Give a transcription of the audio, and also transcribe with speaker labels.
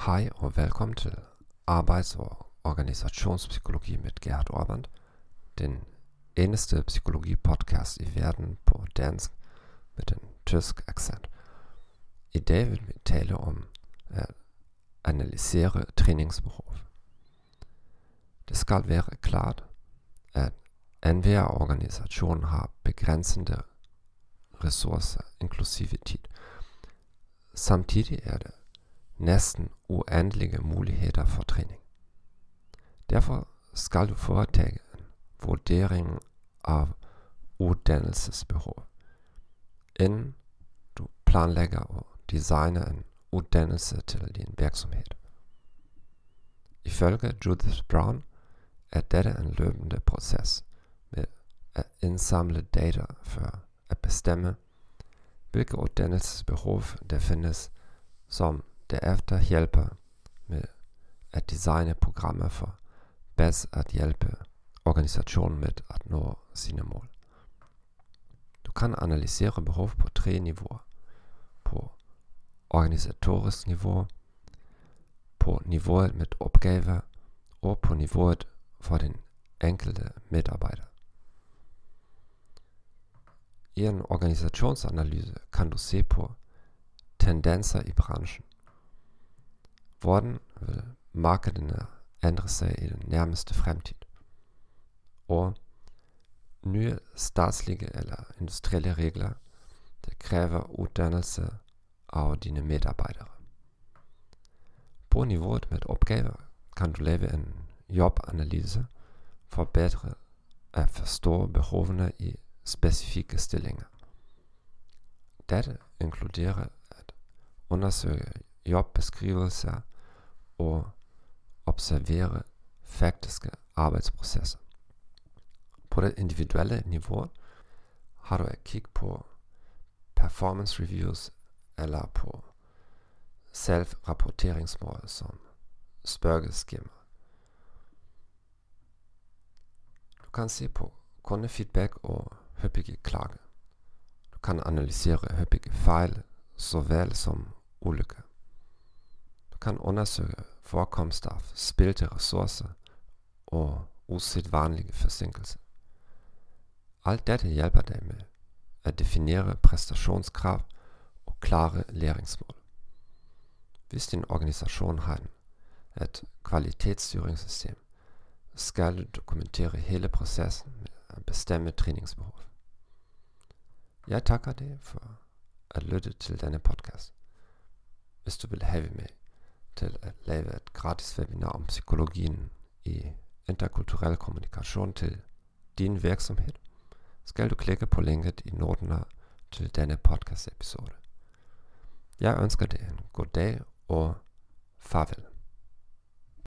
Speaker 1: Hej og velkommen til Arbejds- og Organisationspsykologi med Gerhard Orband, den eneste psykologi-podcast i verden på dansk med en tysk accent. I dag vil vi tale om at analysere træningsbehov. Det skal være klart, at enhver organisation har begrænsede ressourcer, inklusive tid. Samtidig er det næsten uendelige muligheder for træning. Derfor skal du foretage en vurdering af uddannelsesbehov, inden du planlægger og designer en uddannelse til din virksomhed. Ifølge Judith Brown er dette en løbende proces med at indsamle data for at bestemme, hvilke uddannelsesbehov der findes, som derefter hjælper med at designe programmer for bedst at hjælpe organisationen med at nå sine mål. Du kan analysere behov på 3 niveauer. På organisatorisk niveau, på niveauet med opgaver og på niveauet for den enkelte medarbejder. I en organisationsanalyse kan du se på tendenser i branchen. Hvordan vil markederne ændre sig i den nærmeste fremtid? Og nye statslige eller industrielle regler, der kræver uddannelse af dine medarbejdere. På niveauet med opgaver kan du lave en jobanalyse for bedre at forstå behovene i specifikke stillinger. Dette inkluderer at undersøge jobbeskrivelser og observere faktiske arbejdsprocesser. På det individuelle niveau har du at kigge på performance reviews eller på selvrapporteringsmål som spørgeskema. Du kan se på kundefeedback og hyppige klager. Du kan analysere hyppige fejl såvel som ulykker. Du kan undersøge forekomst af spildte ressourcer og usædvanlige forsinkelser. Alt dette hjælper dig med at definere præstationskrav og klare læringsmål. Hvis din organisation har et kvalitetsstyringssystem, skal du dokumentere hele processen med at bestemme træningsbehov. Jeg takker dig for at lytte til denne podcast. Hvis du vil have med til at lave et gratis webinar om psykologien i interkulturel kommunikation til din virksomhed, skal du klikke på linket i noterne til denne podcast episode. Jeg ønsker dig en god dag og farvel.